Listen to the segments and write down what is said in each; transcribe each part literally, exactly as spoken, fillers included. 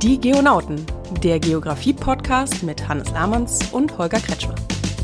Die Geonauten, der Geografie-Podcast mit Hannes Lamanns und Holger Kretschmer.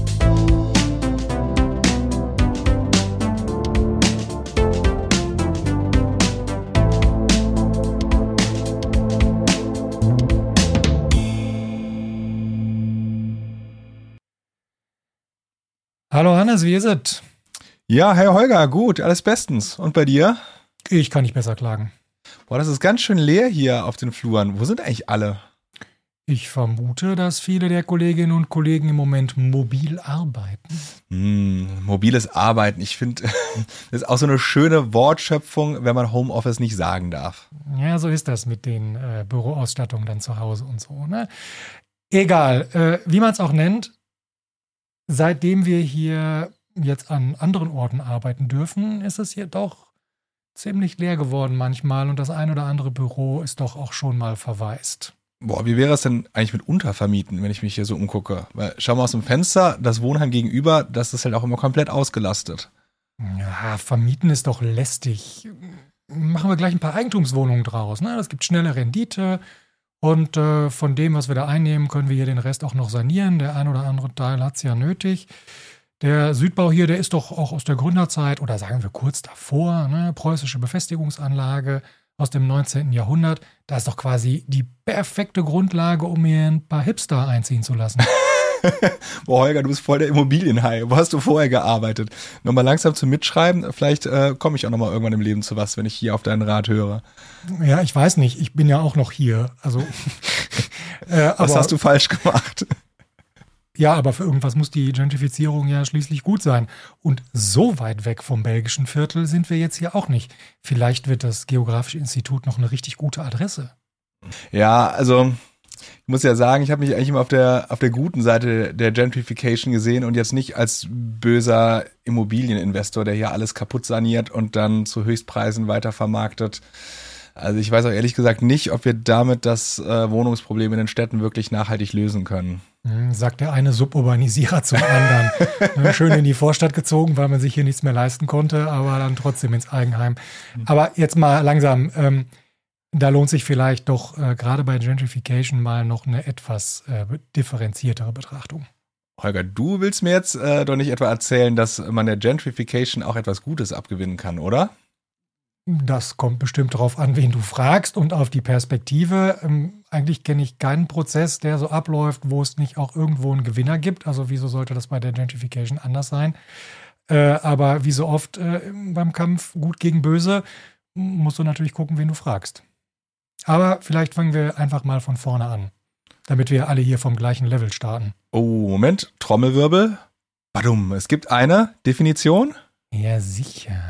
Hallo Hannes, wie ist es? Ja, Herr Holger, gut, alles bestens. Und bei dir? Ich kann nicht besser klagen. Boah, das ist ganz schön leer hier auf den Fluren. Wo sind eigentlich alle? Ich vermute, dass viele der Kolleginnen und Kollegen im Moment mobil arbeiten. Hm, mobiles Arbeiten. Ich finde, das ist auch so eine schöne Wortschöpfung, wenn man Homeoffice nicht sagen darf. Ja, so ist das mit den äh, Büroausstattungen dann zu Hause und so, ne? Egal, äh, wie man es auch nennt, seitdem wir hier jetzt an anderen Orten arbeiten dürfen, ist es hier doch ziemlich leer geworden manchmal und das ein oder andere Büro ist doch auch schon mal verwaist. Boah, wie wäre es denn eigentlich mit Untervermieten, wenn ich mich hier so umgucke? Weil, schau mal aus dem Fenster, das Wohnheim gegenüber, das ist halt auch immer komplett ausgelastet. Ja, vermieten ist doch lästig. Machen wir gleich ein paar Eigentumswohnungen draus, ne? Das gibt schnelle Rendite und äh, von dem, was wir da einnehmen, können wir hier den Rest auch noch sanieren. Der ein oder andere Teil hat es ja nötig. Der Südbau hier, der ist doch auch aus der Gründerzeit oder sagen wir kurz davor, ne? Preußische Befestigungsanlage aus dem neunzehnten Jahrhundert. Da ist doch quasi die perfekte Grundlage, um hier ein paar Hipster einziehen zu lassen. Boah, Holger, du bist voll der Immobilienhai. Wo hast du vorher gearbeitet? Nochmal langsam zum Mitschreiben. Vielleicht äh, komme ich auch nochmal irgendwann im Leben zu was, wenn ich hier auf deinen Rat höre. Ja, ich weiß nicht. Ich bin ja auch noch hier. Also, äh, was hast du falsch gemacht? Ja, aber für irgendwas muss die Gentrifizierung ja schließlich gut sein. Und so weit weg vom belgischen Viertel sind wir jetzt hier auch nicht. Vielleicht wird das Geografische Institut noch eine richtig gute Adresse. Ja, also ich muss ja sagen, ich habe mich eigentlich immer auf der, auf der guten Seite der Gentrification gesehen und jetzt nicht als böser Immobilieninvestor, der hier alles kaputt saniert und dann zu Höchstpreisen weitervermarktet. Also ich weiß auch ehrlich gesagt nicht, ob wir damit das äh, Wohnungsproblem in den Städten wirklich nachhaltig lösen können. Sagt der eine Suburbanisierer zum anderen. Schön in die Vorstadt gezogen, weil man sich hier nichts mehr leisten konnte, aber dann trotzdem ins Eigenheim. Aber jetzt mal langsam, ähm, da lohnt sich vielleicht doch äh, gerade bei Gentrification mal noch eine etwas äh, differenziertere Betrachtung. Holger, du willst mir jetzt äh, doch nicht etwa erzählen, dass man der Gentrification auch etwas Gutes abgewinnen kann, oder? Das kommt bestimmt darauf an, wen du fragst und auf die Perspektive. Ähm, eigentlich kenne ich keinen Prozess, der so abläuft, wo es nicht auch irgendwo einen Gewinner gibt. Also wieso sollte das bei der Gentrification anders sein? Äh, aber wie so oft äh, beim Kampf gut gegen böse, musst du natürlich gucken, wen du fragst. Aber vielleicht fangen wir einfach mal von vorne an, damit wir alle hier vom gleichen Level starten. Oh, Moment, Trommelwirbel. Badum, es gibt eine Definition? Ja, sicher.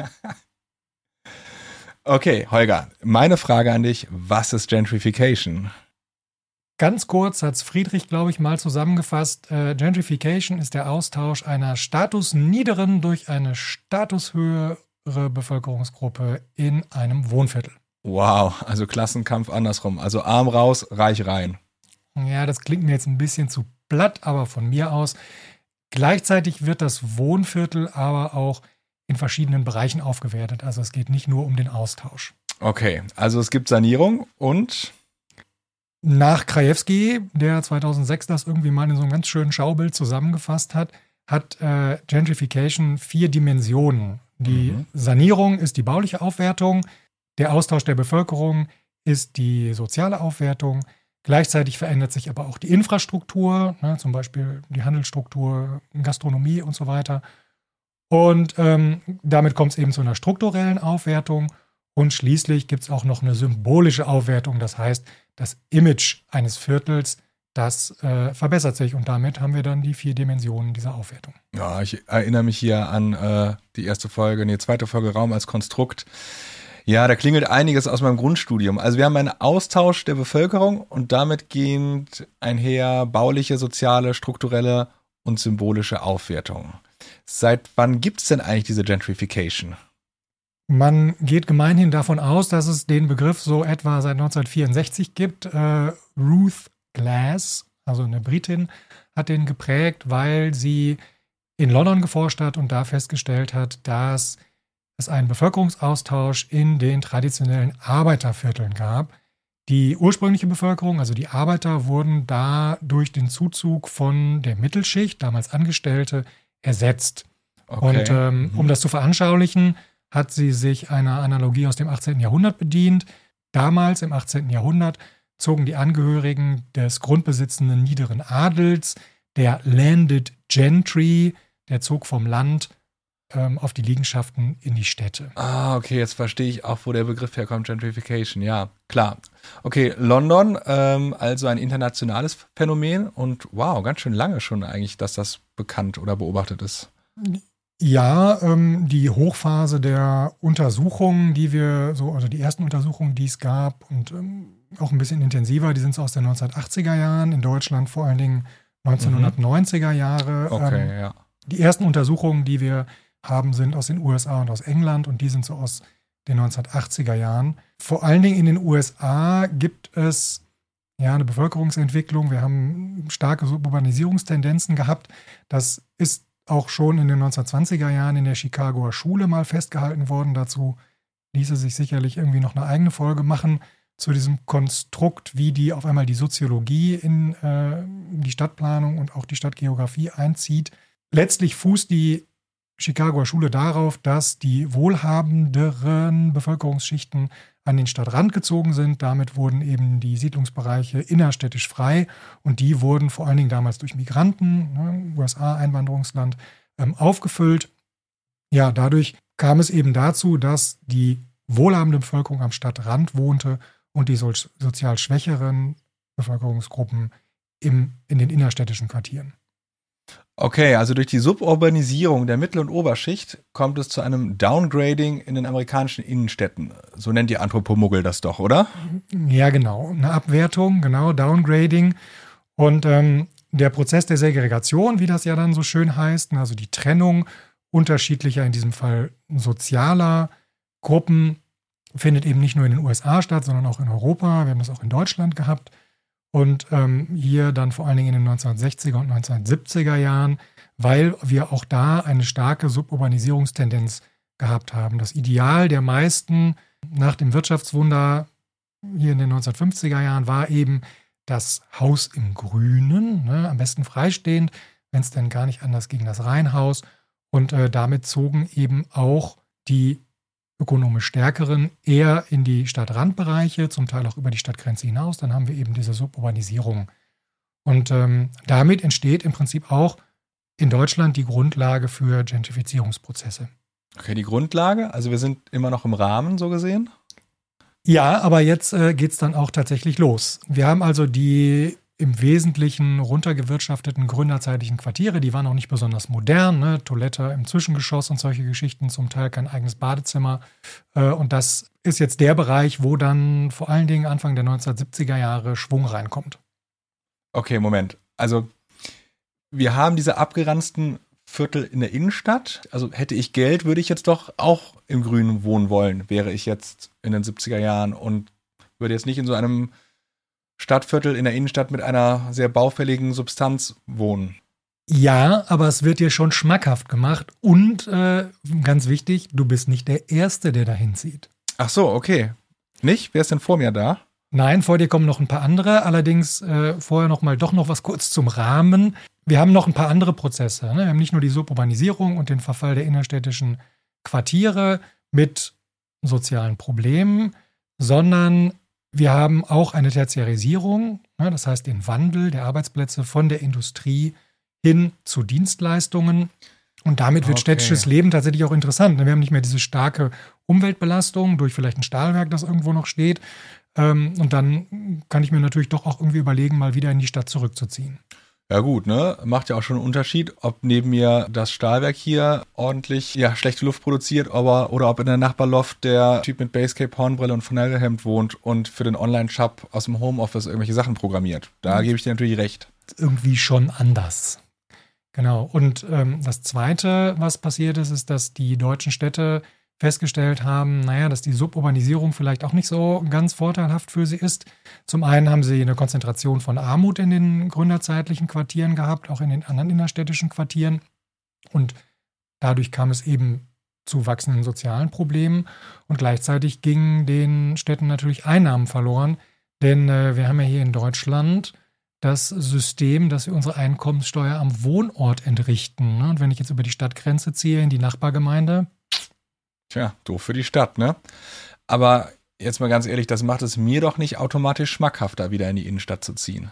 Okay, Holger, meine Frage an dich, was ist Gentrification? Ganz kurz hat es Friedrich, glaube ich, mal zusammengefasst. Äh, Gentrification ist der Austausch einer statusniederen durch eine statushöhere Bevölkerungsgruppe in einem Wohnviertel. Wow, also Klassenkampf andersrum. Also arm raus, reich rein. Ja, das klingt mir jetzt ein bisschen zu platt, aber von mir aus. Gleichzeitig wird das Wohnviertel aber auch in verschiedenen Bereichen aufgewertet. Also es geht nicht nur um den Austausch. Okay, also es gibt Sanierung und? Nach Krajewski, der zweitausendsechs das irgendwie mal in so einem ganz schönen Schaubild zusammengefasst hat, hat äh, Gentrification vier Dimensionen. Die mhm. Sanierung ist die bauliche Aufwertung, der Austausch der Bevölkerung ist die soziale Aufwertung. Gleichzeitig verändert sich aber auch die Infrastruktur, ne, zum Beispiel die Handelsstruktur, Gastronomie und so weiter. Und ähm, damit kommt es eben zu einer strukturellen Aufwertung und schließlich gibt es auch noch eine symbolische Aufwertung. Das heißt, das Image eines Viertels, das äh, verbessert sich und damit haben wir dann die vier Dimensionen dieser Aufwertung. Ja, ich erinnere mich hier an äh, die erste Folge, nee, zweite Folge Raum als Konstrukt. Ja, da klingelt einiges aus meinem Grundstudium. Also wir haben einen Austausch der Bevölkerung und damit gehend einher bauliche, soziale, strukturelle und symbolische Aufwertung. Seit wann gibt es denn eigentlich diese Gentrification? Man geht gemeinhin davon aus, dass es den Begriff so etwa seit neunzehnhundertvierundsechzig gibt. Äh, Ruth Glass, also eine Britin, hat den geprägt, weil sie in London geforscht hat und da festgestellt hat, dass es einen Bevölkerungsaustausch in den traditionellen Arbeitervierteln gab, Die ursprüngliche Bevölkerung, also die Arbeiter, wurden da durch den Zuzug von der Mittelschicht, damals Angestellte, ersetzt. Okay. Und ähm, Mhm. um das zu veranschaulichen, hat sie sich einer Analogie aus dem achtzehnten. Jahrhundert bedient. Damals, im achtzehnten. Jahrhundert, zogen die Angehörigen des grundbesitzenden niederen Adels, der Landed Gentry, der zog vom Land ähm, auf die Liegenschaften in die Städte. Ah, okay, jetzt verstehe ich auch, wo der Begriff herkommt, Gentrification, ja, klar. Okay, London, ähm, also ein internationales Phänomen und wow, ganz schön lange schon eigentlich, dass das bekannt oder beobachtet ist. Ja, ähm, die Hochphase der Untersuchungen, die wir so, also die ersten Untersuchungen, die es gab und ähm, auch ein bisschen intensiver, die sind so aus den neunzehnhundertachtziger Jahren, in Deutschland vor allen Dingen neunzehnhundertneunziger Jahre. Okay, ähm, ja. Die ersten Untersuchungen, die wir haben, sind aus den U S A und aus England und die sind so aus den neunzehnhundertachtziger Jahren. Vor allen Dingen in den U S A gibt es ja eine Bevölkerungsentwicklung. Wir haben starke Suburbanisierungstendenzen gehabt. Das ist auch schon in den neunzehnhundertzwanziger Jahren in der Chicagoer Schule mal festgehalten worden. Dazu ließe sich sicherlich irgendwie noch eine eigene Folge machen zu diesem Konstrukt, wie die auf einmal die Soziologie in äh, die Stadtplanung und auch die Stadtgeografie einzieht. Letztlich fußt die Chicagoer Schule darauf, dass die wohlhabenderen Bevölkerungsschichten an den Stadtrand gezogen sind. Damit wurden eben die Siedlungsbereiche innerstädtisch frei und die wurden vor allen Dingen damals durch Migranten, ne, U S A, Einwanderungsland, ähm, aufgefüllt. Ja, dadurch kam es eben dazu, dass die wohlhabende Bevölkerung am Stadtrand wohnte und die so, sozial schwächeren Bevölkerungsgruppen im, in den innerstädtischen Quartieren. Okay, also durch die Suburbanisierung der Mittel- und Oberschicht kommt es zu einem Downgrading in den amerikanischen Innenstädten. So nennt die Anthropomugel das doch, oder? Ja, genau. Eine Abwertung, genau, Downgrading. Und ähm, der Prozess der Segregation, wie das ja dann so schön heißt, also die Trennung unterschiedlicher, in diesem Fall sozialer Gruppen, findet eben nicht nur in den U S A statt, sondern auch in Europa. Wir haben das auch in Deutschland gehabt. Und ähm, hier dann vor allen Dingen in den neunzehnhundertsechziger und neunzehnhundertsiebziger Jahren, weil wir auch da eine starke Suburbanisierungstendenz gehabt haben. Das Ideal der meisten nach dem Wirtschaftswunder hier in den neunzehnhundertfünfziger Jahren war eben das Haus im Grünen, ne, am besten freistehend, wenn es denn gar nicht anders ging, das Reihenhaus. Und äh, damit zogen eben auch die ökonomisch Stärkeren eher in die Stadtrandbereiche, zum Teil auch über die Stadtgrenze hinaus. Dann haben wir eben diese Suburbanisierung. Und ähm, damit entsteht im Prinzip auch in Deutschland die Grundlage für Gentrifizierungsprozesse. Okay, die Grundlage, also wir sind immer noch im Rahmen, so gesehen? Ja, aber jetzt äh, geht es dann auch tatsächlich los. Wir haben also die im Wesentlichen runtergewirtschafteten gründerzeitlichen Quartiere, die waren auch nicht besonders modern, ne? Toilette im Zwischengeschoss und solche Geschichten, zum Teil kein eigenes Badezimmer. Äh, und das ist jetzt der Bereich, wo dann vor allen Dingen Anfang der neunzehnhundertsiebziger Jahre Schwung reinkommt. Okay, Moment. Also wir haben diese abgeranzten Viertel in der Innenstadt. Also hätte ich Geld, würde ich jetzt doch auch im Grünen wohnen wollen, wäre ich jetzt in den siebziger Jahren und würde jetzt nicht in so einem Stadtviertel in der Innenstadt mit einer sehr baufälligen Substanz wohnen. Ja, aber es wird dir schon schmackhaft gemacht und äh, ganz wichtig, du bist nicht der Erste, der dahin zieht. Ach so, okay. Nicht? Wer ist denn vor mir da? Nein, vor dir kommen noch ein paar andere, allerdings äh, vorher noch mal doch noch was kurz zum Rahmen. Wir haben noch ein paar andere Prozesse. Ne? Wir haben nicht nur die Suburbanisierung und den Verfall der innerstädtischen Quartiere mit sozialen Problemen, sondern wir haben auch eine Tertiarisierung, ne? Das heißt den Wandel der Arbeitsplätze von der Industrie hin zu Dienstleistungen. Und damit wird Okay. städtisches Leben tatsächlich auch interessant. Wir haben nicht mehr diese starke Umweltbelastung durch vielleicht ein Stahlwerk, das irgendwo noch steht. Und dann kann ich mir natürlich doch auch irgendwie überlegen, mal wieder in die Stadt zurückzuziehen. Ja gut, ne? Macht ja auch schon einen Unterschied, ob neben mir das Stahlwerk hier ordentlich ja, schlechte Luft produziert aber, oder ob in der Nachbarloft der Typ mit Basecap, Hornbrille und Flanellhemd wohnt und für den Online-Shop aus dem Homeoffice irgendwelche Sachen programmiert. Da mhm. gebe ich dir natürlich recht. Irgendwie schon anders. Genau. Und ähm, das Zweite, was passiert ist, ist, dass die deutschen Städte festgestellt haben, naja, dass die Suburbanisierung vielleicht auch nicht so ganz vorteilhaft für sie ist. Zum einen haben sie eine Konzentration von Armut in den gründerzeitlichen Quartieren gehabt, auch in den anderen innerstädtischen Quartieren. Und dadurch kam es eben zu wachsenden sozialen Problemen. Und gleichzeitig gingen den Städten natürlich Einnahmen verloren, Denn äh, wir haben ja hier in Deutschland das System, dass wir unsere Einkommenssteuer am Wohnort entrichten. Ne? Und wenn ich jetzt über die Stadtgrenze ziehe in die Nachbargemeinde. Tja, doof für die Stadt, ne? Aber jetzt mal ganz ehrlich, das macht es mir doch nicht automatisch schmackhafter, wieder in die Innenstadt zu ziehen.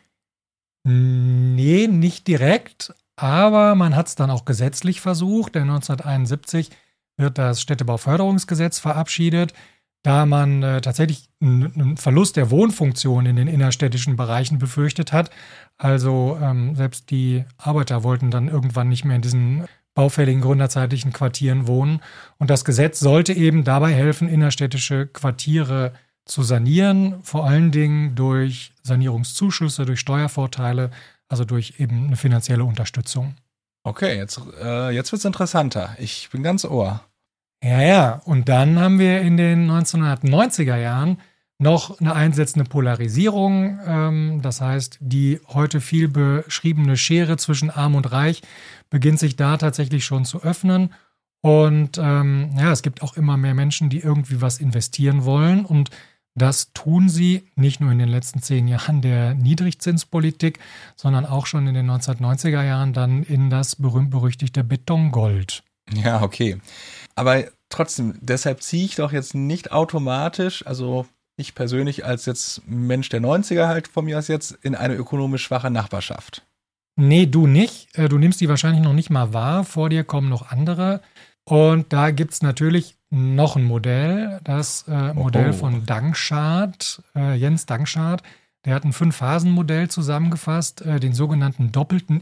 Nee, nicht direkt, aber man hat es dann auch gesetzlich versucht. Denn neunzehnhunderteinundsiebzig wird das Städtebauförderungsgesetz verabschiedet, da man äh, tatsächlich einen Verlust der Wohnfunktion in den innerstädtischen Bereichen befürchtet hat. Also ähm, selbst die Arbeiter wollten dann irgendwann nicht mehr in diesen baufälligen gründerzeitlichen Quartieren wohnen. Und das Gesetz sollte eben dabei helfen, innerstädtische Quartiere zu sanieren, vor allen Dingen durch Sanierungszuschüsse, durch Steuervorteile, also durch eben eine finanzielle Unterstützung. Okay, jetzt, äh, jetzt wird es interessanter. Ich bin ganz Ohr. Ja, ja. Und dann haben wir in den neunzehnhundertneunziger Jahren noch eine einsetzende Polarisierung. Ähm, das heißt, die heute viel beschriebene Schere zwischen Arm und Reich beginnt sich da tatsächlich schon zu öffnen. Und ähm, ja, es gibt auch immer mehr Menschen, die irgendwie was investieren wollen. Und das tun sie nicht nur in den letzten zehn Jahren der Niedrigzinspolitik, sondern auch schon in den neunzehnhundertneunziger Jahren dann in das berühmt-berüchtigte Betongold. Ja, okay. Aber trotzdem, deshalb ziehe ich doch jetzt nicht automatisch, also ich persönlich als jetzt Mensch der neunziger halt von mir aus jetzt, in eine ökonomisch schwache Nachbarschaft. Nee, du nicht. Du nimmst die wahrscheinlich noch nicht mal wahr. Vor dir kommen noch andere. Und da gibt es natürlich noch ein Modell, das äh, Modell oh. von Dankschardt, äh, Jens Dankschardt. Der hat ein Fünf-Phasen-Modell zusammengefasst, äh, den sogenannten doppelten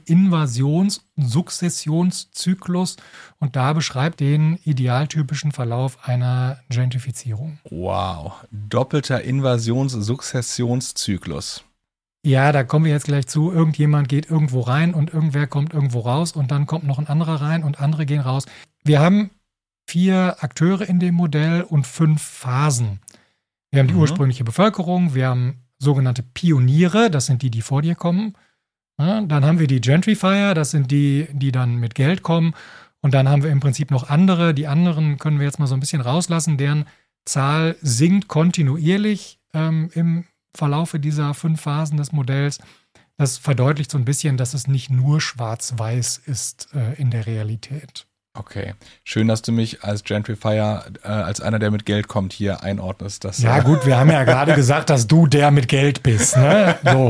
Invasions-Sukzessionszyklus. Und da beschreibt den idealtypischen Verlauf einer Gentrifizierung. Wow, doppelter Invasions-Sukzessionszyklus. Ja, da kommen wir jetzt gleich zu. Irgendjemand geht irgendwo rein und irgendwer kommt irgendwo raus und dann kommt noch ein anderer rein und andere gehen raus. Wir haben vier Akteure in dem Modell und fünf Phasen. Wir haben die mhm. ursprüngliche Bevölkerung, wir haben sogenannte Pioniere, das sind die, die vor dir kommen. Ja, dann haben wir die Gentrifier, das sind die, die dann mit Geld kommen. Und dann haben wir im Prinzip noch andere. Die anderen können wir jetzt mal so ein bisschen rauslassen. Deren Zahl sinkt kontinuierlich ähm, im Verlaufe dieser fünf Phasen des Modells. Das verdeutlicht so ein bisschen, dass es nicht nur schwarz-weiß ist äh, in der Realität. Okay, schön, dass du mich als Gentrifier, äh, als einer, der mit Geld kommt, hier einordnest. Dass, ja gut, wir haben ja gerade gesagt, dass du der mit Geld bist. Ne? So.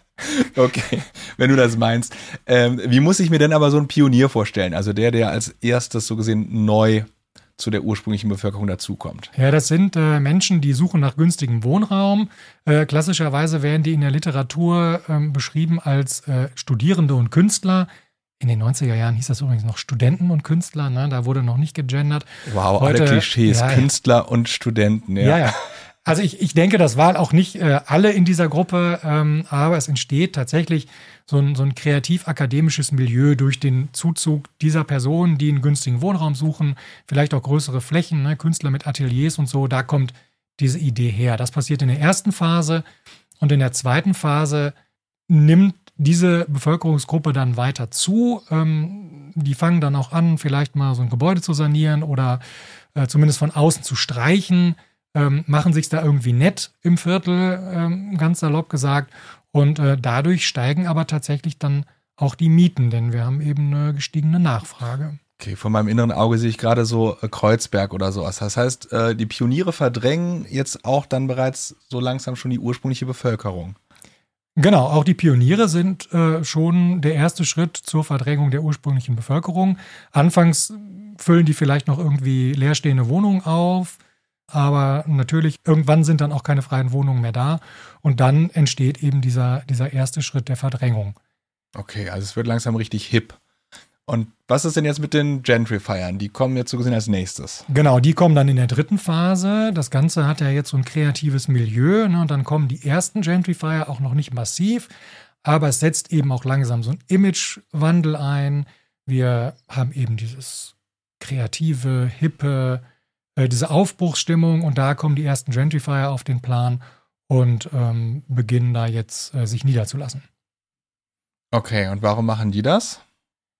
Okay, wenn du das meinst. Ähm, wie muss ich mir denn aber so einen Pionier vorstellen? Also der, der als erstes so gesehen neu zu der ursprünglichen Bevölkerung dazukommt. Ja, das sind äh, Menschen, die suchen nach günstigem Wohnraum. Äh, klassischerweise werden die in der Literatur ähm, beschrieben als äh, Studierende und Künstler. In den neunziger Jahren hieß das übrigens noch Studenten und Künstler, ne? Da wurde noch nicht gegendert. Wow, Heute, alle Klischees, ja, Künstler und Studenten. Ja, ja. ja. Also ich, ich denke, das waren auch nicht äh, alle in dieser Gruppe, ähm, aber es entsteht tatsächlich so ein, so ein kreativ-akademisches Milieu durch den Zuzug dieser Personen, die einen günstigen Wohnraum suchen, vielleicht auch größere Flächen, ne? Künstler mit Ateliers und so, da kommt diese Idee her. Das passiert in der ersten Phase und in der zweiten Phase nimmt diese Bevölkerungsgruppe dann weiter zu. Ähm, die fangen dann auch an, vielleicht mal so ein Gebäude zu sanieren oder äh, zumindest von außen zu streichen, ähm, machen sich da irgendwie nett im Viertel, ähm, ganz salopp gesagt. Und äh, dadurch steigen aber tatsächlich dann auch die Mieten, denn wir haben eben eine gestiegene Nachfrage. Okay, von meinem inneren Auge sehe ich gerade so äh, Kreuzberg oder sowas. Das heißt, äh, die Pioniere verdrängen jetzt auch dann bereits so langsam schon die ursprüngliche Bevölkerung. Genau, auch die Pioniere sind äh, schon der erste Schritt zur Verdrängung der ursprünglichen Bevölkerung. Anfangs füllen die vielleicht noch irgendwie leerstehende Wohnungen auf, aber natürlich irgendwann sind dann auch keine freien Wohnungen mehr da und dann entsteht eben dieser, dieser erste Schritt der Verdrängung. Okay, also es wird langsam richtig hip. Und was ist denn jetzt mit den Gentrifiern? Die kommen jetzt so gesehen als nächstes. Genau, die kommen dann in der dritten Phase. Das Ganze hat ja jetzt so ein kreatives Milieu, ne? Und dann kommen die ersten Gentrifier auch noch nicht massiv, aber es setzt eben auch langsam so ein Imagewandel ein. Wir haben eben dieses kreative, hippe, äh, diese Aufbruchsstimmung und da kommen die ersten Gentrifier auf den Plan und ähm, beginnen da jetzt äh, sich niederzulassen. Okay, und warum machen die das?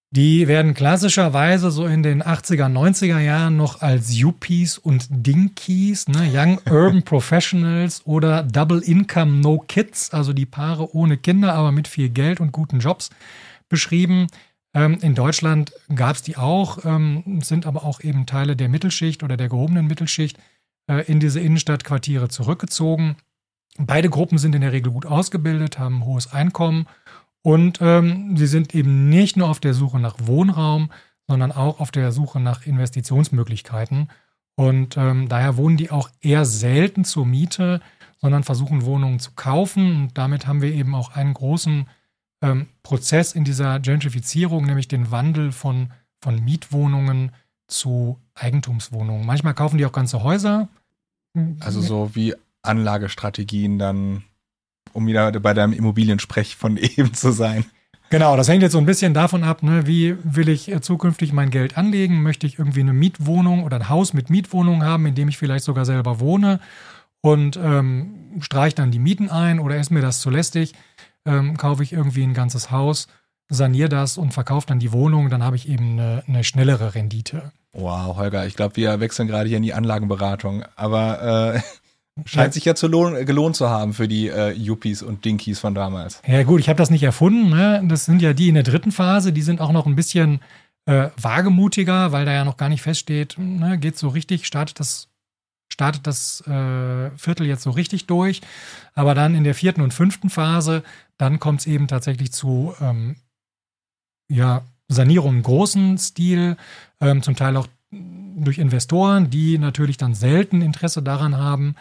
Die werden klassischerweise so in den achtziger, neunziger Jahren noch als Yuppies und Dinkies, ne, Young Urban Professionals oder Double Income No Kids, also die Paare ohne Kinder, aber mit viel Geld und guten Jobs beschrieben. Ähm, in Deutschland gab es die auch, ähm, sind aber auch eben Teile der Mittelschicht oder der gehobenen Mittelschicht äh, in diese Innenstadtquartiere zurückgezogen. Beide Gruppen sind in der Regel gut ausgebildet, haben ein hohes Einkommen. Und ähm, sie sind eben nicht nur auf der Suche nach Wohnraum, sondern auch auf der Suche nach Investitionsmöglichkeiten. Und ähm, daher wohnen die auch eher selten zur Miete, sondern versuchen Wohnungen zu kaufen. Und damit haben wir eben auch einen großen ähm, Prozess in dieser Gentrifizierung, nämlich den Wandel von, von Mietwohnungen zu Eigentumswohnungen. Manchmal kaufen die auch ganze Häuser. Also so wie Anlagestrategien dann, um wieder bei deinem Immobiliensprech von eben zu sein. Genau, das hängt jetzt so ein bisschen davon ab, ne, wie will ich zukünftig mein Geld anlegen? Möchte ich irgendwie eine Mietwohnung oder ein Haus mit Mietwohnung haben, in dem ich vielleicht sogar selber wohne und ähm, streiche dann die Mieten ein, oder ist mir das zu lästig? Ähm, kaufe ich irgendwie ein ganzes Haus, saniere das und verkaufe dann die Wohnung, dann habe ich eben eine, eine schnellere Rendite. Wow, Holger, ich glaube, wir wechseln gerade hier in die Anlagenberatung, aber äh scheint sich ja zu lohn, gelohnt zu haben für die äh, Yuppies und Dinkies von damals. Ja gut, ich habe das nicht erfunden. Ne? Das sind ja die in der dritten Phase, die sind auch noch ein bisschen äh, wagemutiger, weil da ja noch gar nicht feststeht, ne, geht so richtig, startet das, startet das äh, Viertel jetzt so richtig durch. Aber dann in der vierten und fünften Phase, dann kommt es eben tatsächlich zu ähm, ja, Sanierung im großen Stil, ähm, zum Teil auch durch Investoren, die natürlich dann selten Interesse daran haben,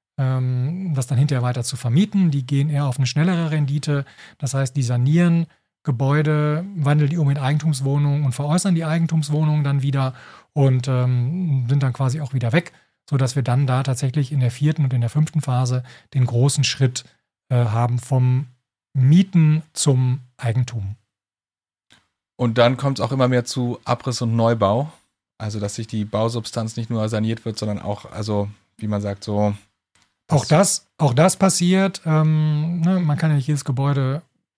das dann hinterher weiter zu vermieten. Die gehen eher auf eine schnellere Rendite. Das heißt, die sanieren Gebäude, wandeln die um in Eigentumswohnungen und veräußern die Eigentumswohnungen dann wieder und ähm, sind dann quasi auch wieder weg, sodass wir dann da tatsächlich in der vierten und in der fünften Phase den großen Schritt äh, haben vom Mieten zum Eigentum. Und dann kommt es auch immer mehr zu Abriss und Neubau. Also, dass sich die Bausubstanz nicht nur saniert wird, sondern auch, also, wie man sagt, so Auch das, auch das passiert. Ähm, ne, man kann ja nicht jedes Gebäude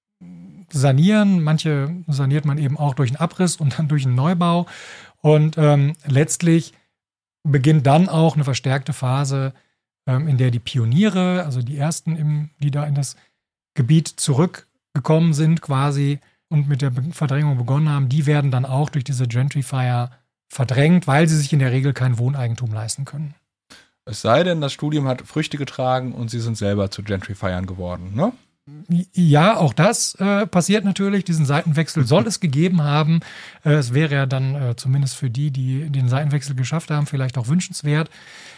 sanieren. Manche saniert man eben auch durch einen Abriss und dann durch einen Neubau. Und ähm, letztlich beginnt dann auch eine verstärkte Phase, ähm, in der die Pioniere, also die ersten, im, die da in das Gebiet zurückgekommen sind quasi und mit der Verdrängung begonnen haben, die werden dann auch durch diese Gentrifier verdrängt, weil sie sich in der Regel kein Wohneigentum leisten können. Es sei denn, das Studium hat Früchte getragen und sie sind selber zu Gentrifiern geworden, ne? Ja, auch das äh, passiert natürlich. Diesen Seitenwechsel soll es gegeben haben. Äh, es wäre ja dann äh, zumindest für die, die den Seitenwechsel geschafft haben, vielleicht auch wünschenswert.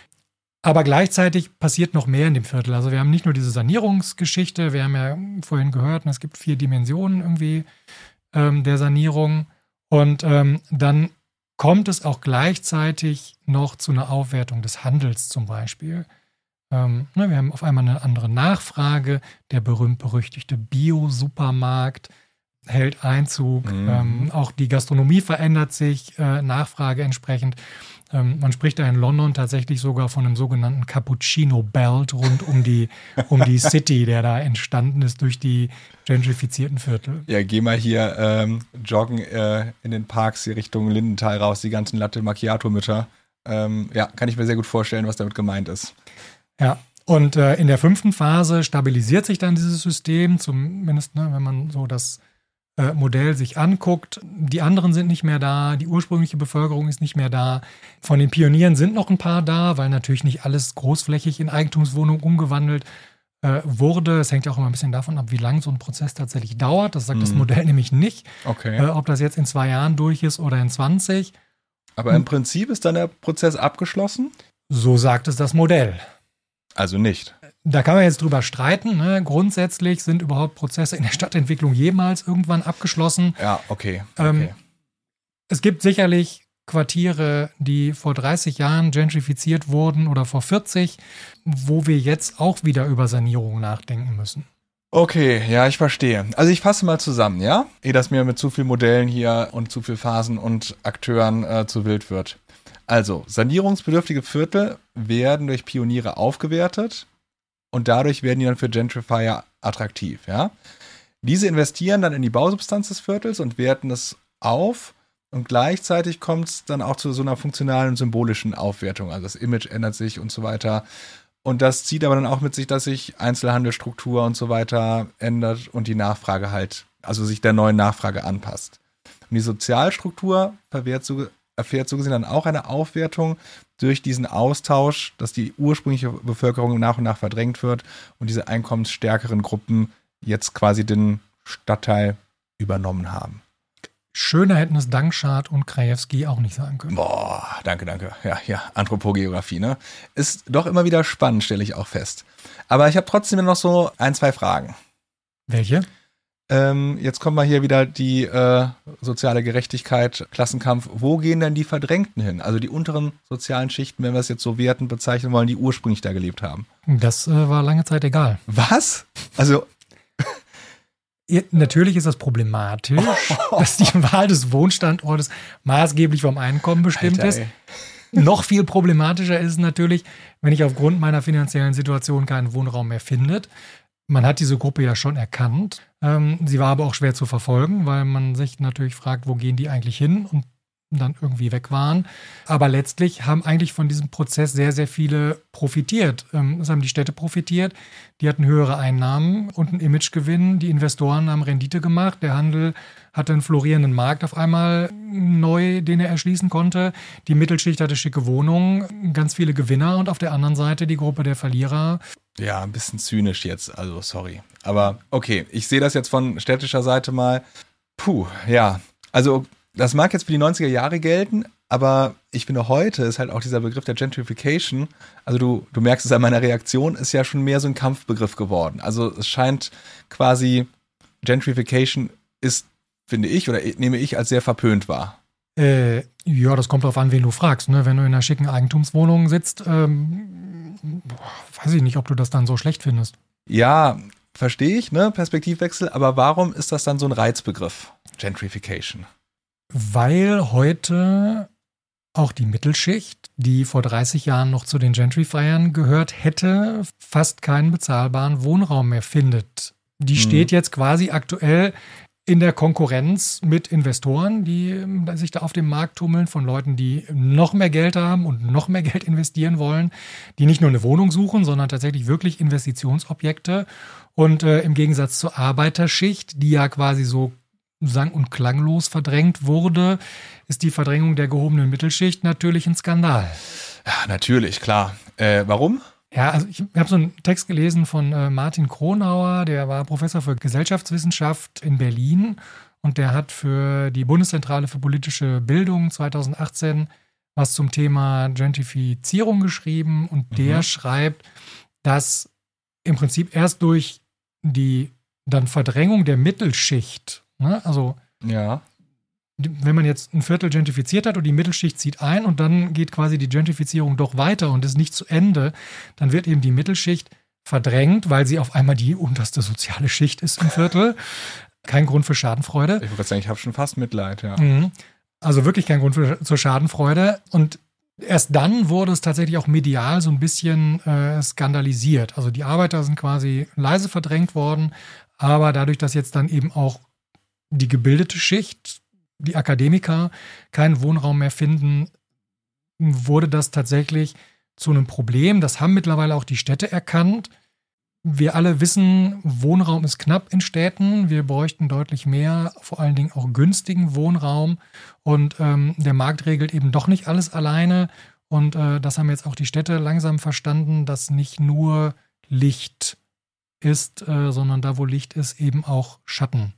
Aber gleichzeitig passiert noch mehr in dem Viertel. Also wir haben nicht nur diese Sanierungsgeschichte, wir haben ja vorhin gehört, es gibt vier Dimensionen irgendwie ähm, der Sanierung. Und ähm, dann kommt es auch gleichzeitig noch zu einer Aufwertung des Handels zum Beispiel. Ähm, ne, wir haben auf einmal eine andere Nachfrage. Der berühmt-berüchtigte Bio-Supermarkt hält Einzug. Mhm. Ähm, auch die Gastronomie verändert sich, äh, Nachfrage entsprechend. Ähm, man spricht da in London tatsächlich sogar von einem sogenannten Cappuccino Belt rund um die, um die City, der da entstanden ist durch die gentrifizierten Viertel. Ja, geh mal hier ähm, joggen äh, in den Parks hier Richtung Lindenthal raus, die ganzen Latte Macchiato-Mütter. Ähm, ja, kann ich mir sehr gut vorstellen, was damit gemeint ist. Ja, und äh, in der fünften Phase stabilisiert sich dann dieses System, zumindest ne, wenn man so das äh, Modell sich anguckt. Die anderen sind nicht mehr da, die ursprüngliche Bevölkerung ist nicht mehr da. Von den Pionieren sind noch ein paar da, weil natürlich nicht alles großflächig in Eigentumswohnungen umgewandelt äh, wurde. Es hängt ja auch immer ein bisschen davon ab, wie lang so ein Prozess tatsächlich dauert. Das sagt mhm. das Modell nämlich nicht. Okay. Äh, ob das jetzt in zwei Jahren durch ist oder in zwanzig. Aber im Prinzip ist dann der Prozess abgeschlossen? So sagt es das Modell. Also nicht. Da kann man jetzt drüber streiten. Ne? Grundsätzlich sind überhaupt Prozesse in der Stadtentwicklung jemals irgendwann abgeschlossen. Ja, okay. okay. Ähm, es gibt sicherlich Quartiere, die vor dreißig Jahren gentrifiziert wurden oder vor vierzig, wo wir jetzt auch wieder über Sanierung nachdenken müssen. Okay, ja, ich verstehe. Also ich fasse mal zusammen, ja? Ehe das mir mit zu vielen Modellen hier und zu viel Phasen und Akteuren äh, zu wild wird. Also, sanierungsbedürftige Viertel werden durch Pioniere aufgewertet und dadurch werden die dann für Gentrifier attraktiv, ja? Diese investieren dann in die Bausubstanz des Viertels und werten das auf und gleichzeitig kommt es dann auch zu so einer funktionalen und symbolischen Aufwertung. Also das Image ändert sich und so weiter. Und das zieht aber dann auch mit sich, dass sich Einzelhandelsstruktur und so weiter ändert und die Nachfrage halt, also sich der neuen Nachfrage anpasst. Und die Sozialstruktur verwehrt so, erfährt so gesehen dann auch eine Aufwertung durch diesen Austausch, dass die ursprüngliche Bevölkerung nach und nach verdrängt wird und diese einkommensstärkeren Gruppen jetzt quasi den Stadtteil übernommen haben. Schöner hätten es Dankschardt und Krajewski auch nicht sagen können. Boah, danke, danke. Ja, ja, Anthropogeografie, ne? Ist doch immer wieder spannend, stelle ich auch fest. Aber ich habe trotzdem noch so ein, zwei Fragen. Welche? Ähm, jetzt kommt mal hier wieder die äh, soziale Gerechtigkeit, Klassenkampf. Wo gehen denn die Verdrängten hin? Also die unteren sozialen Schichten, wenn wir es jetzt so wertend bezeichnen wollen, die ursprünglich da gelebt haben. Das äh, war lange Zeit egal. Was? Also Ja, natürlich ist das problematisch, dass die Wahl des Wohnstandortes maßgeblich vom Einkommen bestimmt Alter, ist. ey. Noch viel problematischer ist es natürlich, wenn ich aufgrund meiner finanziellen Situation keinen Wohnraum mehr finde. Man hat diese Gruppe ja schon erkannt. Ähm, sie war aber auch schwer zu verfolgen, weil man sich natürlich fragt, wo gehen die eigentlich hin und dann irgendwie weg waren. Aber letztlich haben eigentlich von diesem Prozess sehr, sehr viele profitiert. Ähm, es haben die Städte profitiert, die hatten höhere Einnahmen und einen Imagegewinn. Die Investoren haben Rendite gemacht. Der Handel hatte einen florierenden Markt auf einmal neu, den er erschließen konnte. Die Mittelschicht hatte schicke Wohnungen, ganz viele Gewinner und auf der anderen Seite die Gruppe der Verlierer. Ja, ein bisschen zynisch jetzt, also sorry. Aber okay, ich sehe das jetzt von städtischer Seite mal. Puh, ja, also das mag jetzt für die neunziger Jahre gelten, aber ich finde, heute ist halt auch dieser Begriff der Gentrification, also du, du merkst es an meiner Reaktion, ist ja schon mehr so ein Kampfbegriff geworden. Also es scheint quasi, Gentrification ist, finde ich, oder nehme ich als sehr verpönt wahr. Äh, ja, das kommt darauf an, wen du fragst. Ne? Wenn du in einer schicken Eigentumswohnung sitzt, ähm, weiß ich nicht, ob du das dann so schlecht findest. Ja, verstehe ich, ne, Perspektivwechsel, aber warum ist das dann so ein Reizbegriff, Gentrification? Weil heute auch die Mittelschicht, die vor dreißig Jahren noch zu den Gentrifiern gehört hätte, fast keinen bezahlbaren Wohnraum mehr findet. Die Mhm. steht jetzt quasi aktuell in der Konkurrenz mit Investoren, die sich da auf dem Markt tummeln, von Leuten, die noch mehr Geld haben und noch mehr Geld investieren wollen, die nicht nur eine Wohnung suchen, sondern tatsächlich wirklich Investitionsobjekte. Und äh, im Gegensatz zur Arbeiterschicht, die ja quasi so sang- und klanglos verdrängt wurde, ist die Verdrängung der gehobenen Mittelschicht natürlich ein Skandal. Ja, natürlich, klar. Äh, warum? Ja, also ich habe so einen Text gelesen von äh, Martin Kronauer, der war Professor für Gesellschaftswissenschaft in Berlin und der hat für die Bundeszentrale für politische Bildung zweitausendachtzehn was zum Thema Gentrifizierung geschrieben und der Mhm. schreibt, dass im Prinzip erst durch die dann Verdrängung der Mittelschicht, ne, also Ja. wenn man jetzt ein Viertel gentrifiziert hat und die Mittelschicht zieht ein und dann geht quasi die Gentrifizierung doch weiter und ist nicht zu Ende, dann wird eben die Mittelschicht verdrängt, weil sie auf einmal die unterste soziale Schicht ist im Viertel. Kein Grund für Schadenfreude. Ich wollte gerade sagen, ich habe schon fast Mitleid, ja. Mhm. Also wirklich kein Grund für, zur Schadenfreude. Und erst dann wurde es tatsächlich auch medial so ein bisschen äh, skandalisiert. Also die Arbeiter sind quasi leise verdrängt worden, aber dadurch, dass jetzt dann eben auch die gebildete Schicht, die Akademiker keinen Wohnraum mehr finden, wurde das tatsächlich zu einem Problem. Das haben mittlerweile auch die Städte erkannt. Wir alle wissen, Wohnraum ist knapp in Städten. Wir bräuchten deutlich mehr, vor allen Dingen auch günstigen Wohnraum. Und ähm, der Markt regelt eben doch nicht alles alleine. Und äh, das haben jetzt auch die Städte langsam verstanden, dass nicht nur Licht ist, äh, sondern da, wo Licht ist, eben auch Schatten.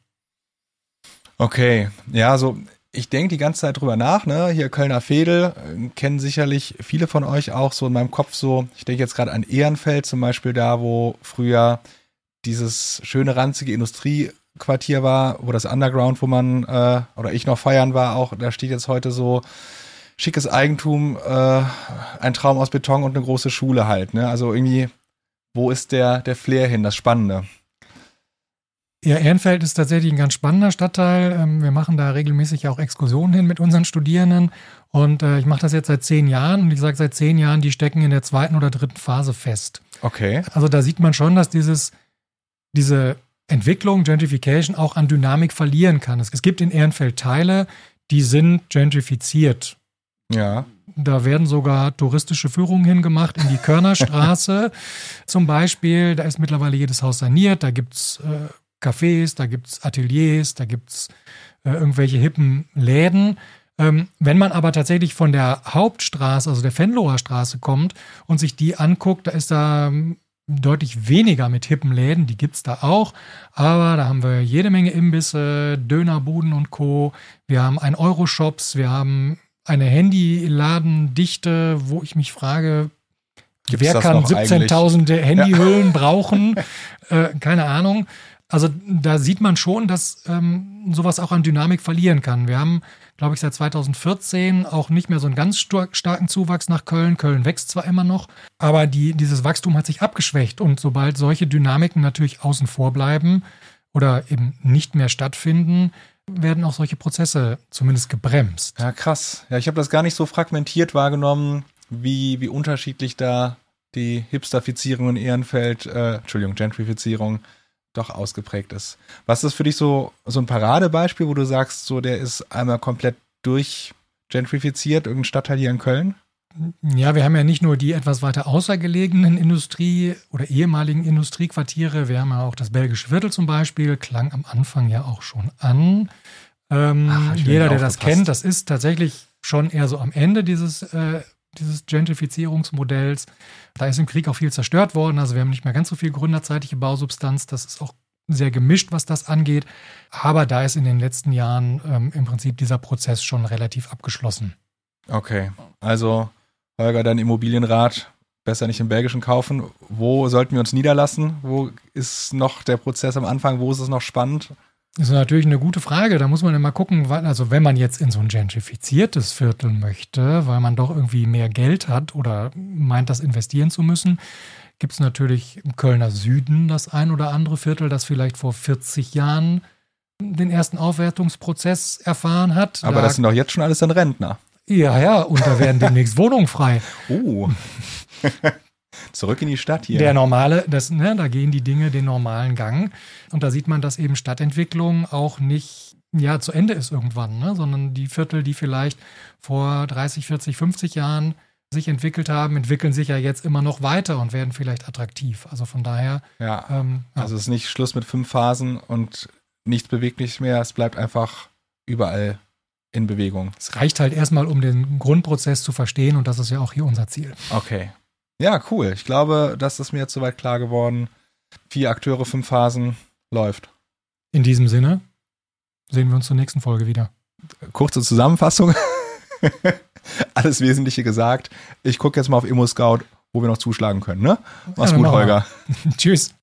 Okay, ja, so ich denke die ganze Zeit drüber nach, ne? Hier Kölner Veedel, äh, kennen sicherlich viele von euch auch so in meinem Kopf so. Ich denke jetzt gerade an Ehrenfeld zum Beispiel, da wo früher dieses schöne ranzige Industriequartier war, wo das Underground, wo man äh, oder ich noch feiern war, auch da steht jetzt heute so schickes Eigentum, äh, ein Traum aus Beton und eine große Schule halt, ne? Also irgendwie, wo ist der der Flair hin, das Spannende? Ja, Ehrenfeld ist tatsächlich ein ganz spannender Stadtteil. Ähm, Wir machen da regelmäßig auch Exkursionen hin mit unseren Studierenden. Und äh, ich mache das jetzt seit zehn Jahren. Und ich sage seit zehn Jahren, die stecken in der zweiten oder dritten Phase fest. Okay. Also da sieht man schon, dass dieses, diese Entwicklung, Gentrification auch an Dynamik verlieren kann. Es, es gibt in Ehrenfeld Teile, die sind gentrifiziert. Ja. Da werden sogar touristische Führungen hingemacht in die Körnerstraße zum Beispiel. Da ist mittlerweile jedes Haus saniert, da gibt es äh, Cafés, da gibt es Ateliers, da gibt es äh, irgendwelche hippen Läden. Ähm, wenn man aber tatsächlich von der Hauptstraße, also der Venloer Straße kommt und sich die anguckt, da ist da ähm, deutlich weniger mit hippen Läden, die gibt's da auch, aber da haben wir jede Menge Imbisse, Dönerbuden und Co. Wir haben ein Euro-Shops, wir haben eine Handyladendichte, wo ich mich frage, Gibt's wer kann siebzehntausend Handyhüllen ja. brauchen? Äh, keine Ahnung. Also da sieht man schon, dass ähm, sowas auch an Dynamik verlieren kann. Wir haben, glaube ich, seit zweitausendvierzehn auch nicht mehr so einen ganz star- starken Zuwachs nach Köln. Köln wächst zwar immer noch, aber die, dieses Wachstum hat sich abgeschwächt. Und sobald solche Dynamiken natürlich außen vor bleiben oder eben nicht mehr stattfinden, werden auch solche Prozesse zumindest gebremst. Ja, krass. Ja, ich habe das gar nicht so fragmentiert wahrgenommen, wie, wie unterschiedlich da die Hipsterfizierung in Ehrenfeld, äh, Entschuldigung, Gentrifizierung doch ausgeprägt ist. Was ist für dich so, so ein Paradebeispiel, wo du sagst, so der ist einmal komplett durchgentrifiziert, irgendein Stadtteil hier in Köln? Ja, wir haben ja nicht nur die etwas weiter außergelegenen Industrie- oder ehemaligen Industriequartiere, wir haben ja auch das Belgische Viertel zum Beispiel, klang am Anfang ja auch schon an. Ähm, Ach, jeder, der das kennt, das ist tatsächlich schon eher so am Ende dieses äh, dieses Gentrifizierungsmodells. Da ist im Krieg auch viel zerstört worden, also wir haben nicht mehr ganz so viel gründerzeitliche Bausubstanz, das ist auch sehr gemischt, was das angeht, aber da ist in den letzten Jahren ähm, im Prinzip dieser Prozess schon relativ abgeschlossen. Okay, also Holger, dein Immobilienrat, besser nicht im Belgischen kaufen. Wo sollten wir uns niederlassen? Wo ist noch der Prozess am Anfang? Wo ist es noch spannend? Das ist natürlich eine gute Frage. Da muss man immer gucken, weil, also wenn man jetzt in so ein gentrifiziertes Viertel möchte, weil man doch irgendwie mehr Geld hat oder meint, das investieren zu müssen, gibt es natürlich im Kölner Süden das ein oder andere Viertel, das vielleicht vor vierzig Jahren den ersten Aufwertungsprozess erfahren hat. Aber da, das sind doch jetzt schon alles dann Rentner. Ja, ja, und da werden demnächst Wohnungen frei. Oh. Zurück in die Stadt hier. Der normale, das, ne, da gehen die Dinge den normalen Gang. Und da sieht man, dass eben Stadtentwicklung auch nicht ja, zu Ende ist irgendwann, ne, sondern die Viertel, die vielleicht vor dreißig, vierzig, fünfzig Jahren sich entwickelt haben, entwickeln sich ja jetzt immer noch weiter und werden vielleicht attraktiv. Also von daher. Ja, ähm, ja. Also es ist nicht Schluss mit fünf Phasen und nichts beweglich mehr. Es bleibt einfach überall in Bewegung. Es reicht halt erstmal, um den Grundprozess zu verstehen und das ist ja auch hier unser Ziel. Okay. Ja, cool. Ich glaube, das ist mir jetzt soweit klar geworden. Vier Akteure, fünf Phasen, läuft. In diesem Sinne sehen wir uns zur nächsten Folge wieder. Kurze Zusammenfassung. Alles Wesentliche gesagt. Ich gucke jetzt mal auf ImmoScout, wo wir noch zuschlagen können. Ne? Mach's ja, gut, Holger. Tschüss.